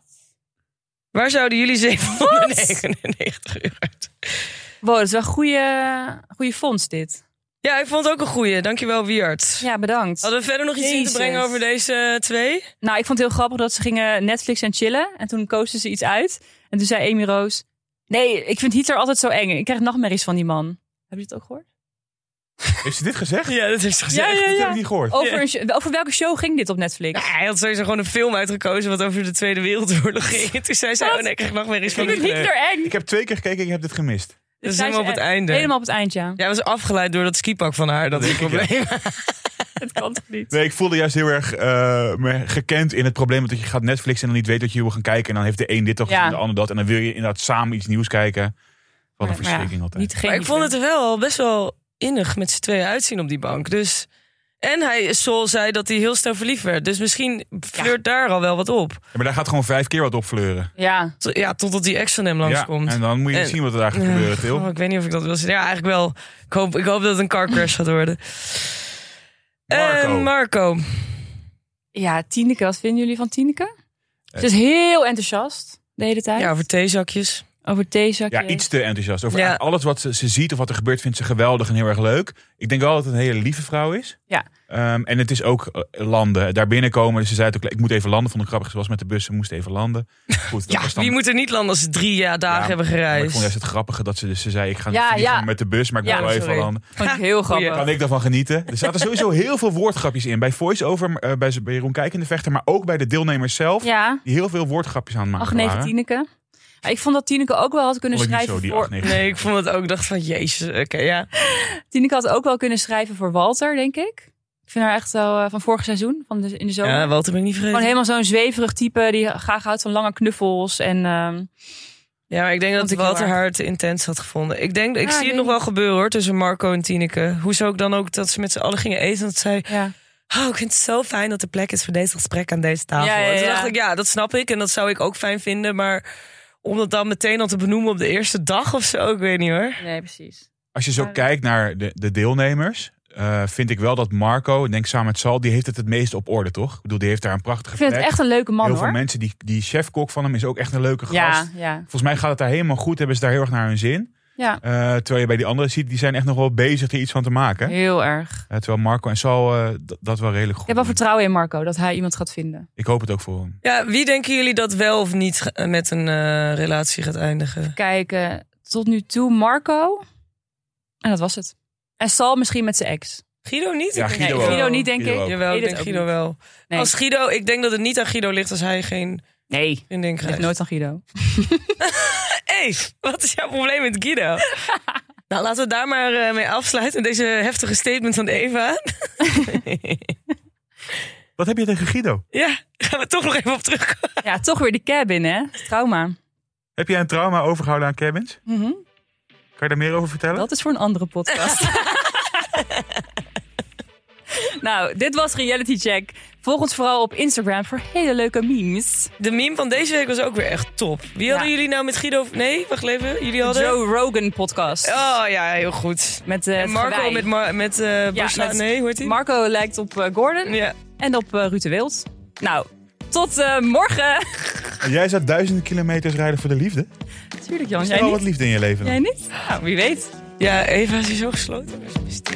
S2: Waar zouden jullie zevenhonderdnegenennegentig euro uit?
S1: Wow, dat is wel een goede, goede fonds dit.
S2: Ja, ik vond het ook een goeie. Dankjewel, Wiert.
S1: Ja, bedankt.
S2: Hadden we verder nog iets in te
S1: Jezus.
S2: brengen over deze twee?
S1: Nou, ik vond het heel grappig dat ze gingen Netflix en chillen. En toen kozen ze iets uit. En toen zei Amy Roos... Nee, ik vind Hitler altijd zo eng. Ik krijg nachtmerries van die man. Heb je het ook gehoord?
S3: Heeft ze dit gezegd?
S2: Ja, dat heeft ze gezegd.
S1: Ja, ja,
S3: Dat
S1: ja.
S3: heb ik niet gehoord.
S1: Over,
S2: Ja.
S1: een show- over welke show ging dit op Netflix?
S2: Ja, hij had sowieso gewoon een film uitgekozen wat over de Tweede Wereldoorlog ging. Toen zei ze,
S1: Wat?
S2: oh nee, ik krijg nachtmerries
S1: Ik
S2: van
S1: vind
S2: Hitler.
S1: Hitler eng.
S3: Ik heb twee keer gekeken en ik heb dit gemist.
S2: Dat
S1: Dit
S2: is
S1: zei
S2: helemaal op
S1: ze
S2: het
S1: echt.
S2: einde.
S1: Helemaal op het eind, ja.
S2: Jij was afgeleid door dat skipak van haar. Dat is het
S3: denk ik,
S2: probleem.
S1: Het kan toch niet?
S3: Nee, ik voelde juist heel erg eh, me gekend in het probleem dat je gaat Netflix en dan niet weet wat je wil gaan kijken. En dan heeft de een dit toch
S1: Ja.
S3: gezien, de ander dat. En dan wil je inderdaad samen iets nieuws kijken. Wat een
S1: Maar-
S3: verschrikking
S1: maar ja,
S3: altijd.
S1: Niet geen
S2: Maar ik vond het
S1: Hitler.
S2: er wel best wel innig met z'n tweeën uitzien op die bank. Dus En hij, Sol zei dat hij heel snel verliefd werd. Dus misschien flirt ja. daar al wel wat op.
S3: Ja, maar daar gaat gewoon vijf keer wat op fleuren.
S1: Ja.
S2: T- ja, totdat die ex van hem langskomt.
S3: Ja, en dan moet je en, zien wat er daar gaat uh, gebeuren, Til.
S2: Oh, ik weet niet of ik dat wil zien. Ja, eigenlijk wel. Ik hoop, ik hoop dat het een car crash gaat worden.
S3: Marco.
S2: En Marco.
S1: Ja, Tineke. Wat vinden jullie van Tineke? Ze is heel enthousiast de hele tijd.
S2: Ja, over theezakjes.
S1: Over theezakjes.
S3: Ja, iets te enthousiast. Over
S2: ja.
S3: alles wat ze, ze ziet of wat er gebeurt, vindt ze geweldig en heel erg leuk. Ik denk wel dat het een hele lieve vrouw is.
S1: Ja.
S3: Um, en het is ook uh, landen. Daar binnenkomen. Dus ze zei het ook, ik moet even landen. Vond ik grappig. Ze was met de bus, ze moest even landen. Goed,
S2: ja,
S3: dan...
S2: wie moet er niet landen als ze drie ja, dagen ja, hebben gereisd?
S3: Ik vond juist het grappige dat ze, dus ze zei, ik ga
S1: ja,
S3: vliegen
S1: ja.
S3: met de bus, maar ik
S1: ja,
S3: moet wel
S1: sorry.
S3: even landen.
S1: Vond ik heel grappig.
S3: Kan ik daarvan genieten? Er zaten sowieso heel veel woordgrapjes in. Bij voice-over, uh, bij, bij Jeroen Kijkende Vechter, maar ook bij de deelnemers zelf.
S1: Ja.
S3: Die heel veel woordgrapjes aan het maken
S1: Ach, nee,
S3: waren.
S1: Tineke. Ik vond dat Tineke ook wel had kunnen
S3: vond
S1: schrijven
S3: zo, die
S1: voor...
S3: acht,
S2: nee, ik vond het ook. Ik dacht van, jezus, oké, okay, ja.
S1: Tineke had ook wel kunnen schrijven voor Walter, denk ik. Ik vind haar echt wel uh, van vorig seizoen, van de, in de zomer.
S2: Ja, Walter ben ik niet vergeten.
S1: Gewoon helemaal zo'n zweverig type die graag houdt van lange knuffels. En, um,
S2: ja, maar ik denk dat Walter haar te intens had gevonden. Ik denk, ik
S1: ja,
S2: zie het nog wel gebeuren hoor, tussen Marco en Tineke. Hoe zou ik dan ook dat ze met z'n allen gingen eten? Dat zij,
S1: ja.
S2: oh, ik vind het zo fijn dat er plek is voor deze gesprek aan deze tafel.
S1: Ja, ja, ja.
S2: En toen dacht ik, ja, dat snap ik en dat zou ik ook fijn vinden. Maar om dat dan meteen al te benoemen op de eerste dag of zo, ik weet niet hoor.
S1: Nee, precies.
S3: Als je zo
S1: maar...
S3: kijkt naar de, de deelnemers, uh, vind ik wel dat Marco, denk samen met Sal, die heeft het het meest op orde, toch? Ik bedoel, die heeft daar een prachtige plek.
S1: Ik vind het echt een leuke man,
S3: Heel
S1: hoor.
S3: veel mensen, die, die chefkok van hem is ook echt een leuke gast.
S1: Ja, ja.
S3: Volgens mij gaat het daar helemaal goed, hebben ze daar heel erg naar hun zin.
S1: Ja.
S3: Uh, terwijl je bij die anderen ziet, die zijn echt nog wel bezig er iets van te maken.
S1: Heel erg.
S3: Uh, terwijl Marco en Sal uh, d- dat wel redelijk goed
S1: Ik heb wel
S3: doen.
S1: vertrouwen in Marco, dat hij iemand gaat vinden.
S3: Ik hoop het ook voor hem.
S2: Ja, wie denken jullie dat wel of niet met een uh, relatie gaat eindigen?
S1: Kijk, uh, tot nu toe Marco. En dat was het. En Sal misschien met zijn ex.
S2: Guido niet?
S3: Ja,
S2: ik
S3: Guido,
S1: nee, Guido
S3: ook.
S1: niet, denk
S3: Guido
S1: ik.
S2: Jawel, ik denk Guido
S1: niet.
S2: wel.
S1: Nee.
S2: Als Guido, ik denk dat het niet aan Guido ligt als hij geen
S1: Nee,
S2: vriendin
S1: ik
S2: krijgt.
S1: nooit aan Guido.
S2: Hey, wat is jouw probleem met Guido? Nou, laten we daar maar uh, mee afsluiten. Deze heftige statement van Eva.
S3: Wat heb je tegen Guido?
S2: Ja, gaan we toch nog even op terugkomen.
S1: Ja, toch weer die cabin, hè? Trauma.
S3: Heb jij een trauma overgehouden aan cabins?
S1: Mm-hmm.
S3: Kan je daar meer over vertellen?
S1: Dat is voor een andere podcast. Nou, dit was Reality Check. Volg ons vooral op Instagram voor hele leuke memes.
S2: De meme van deze week was ook weer echt top. Wie
S1: Ja.
S2: hadden jullie nou met Guido? Nee, wacht even. Jullie hadden...
S1: Joe Rogan podcast.
S2: Oh ja, heel goed.
S1: Met uh,
S2: En Marco
S1: gewei.
S2: met, Mar- met uh,
S1: Ja,
S2: Barsla-
S1: met
S2: Nee, hoe heet hij?
S1: Marco lijkt op uh, Gordon
S2: Ja.
S1: en op uh, Ruud de Wild. Nou, tot uh, morgen.
S3: En jij zou duizenden kilometers rijden voor de liefde?
S1: Tuurlijk, Jan.
S3: Is er
S1: Jij
S3: wel
S1: niet?
S3: wat liefde in je leven dan?
S1: Jij niet? Nou, wie weet.
S2: Ja, Eva is hier zo gesloten.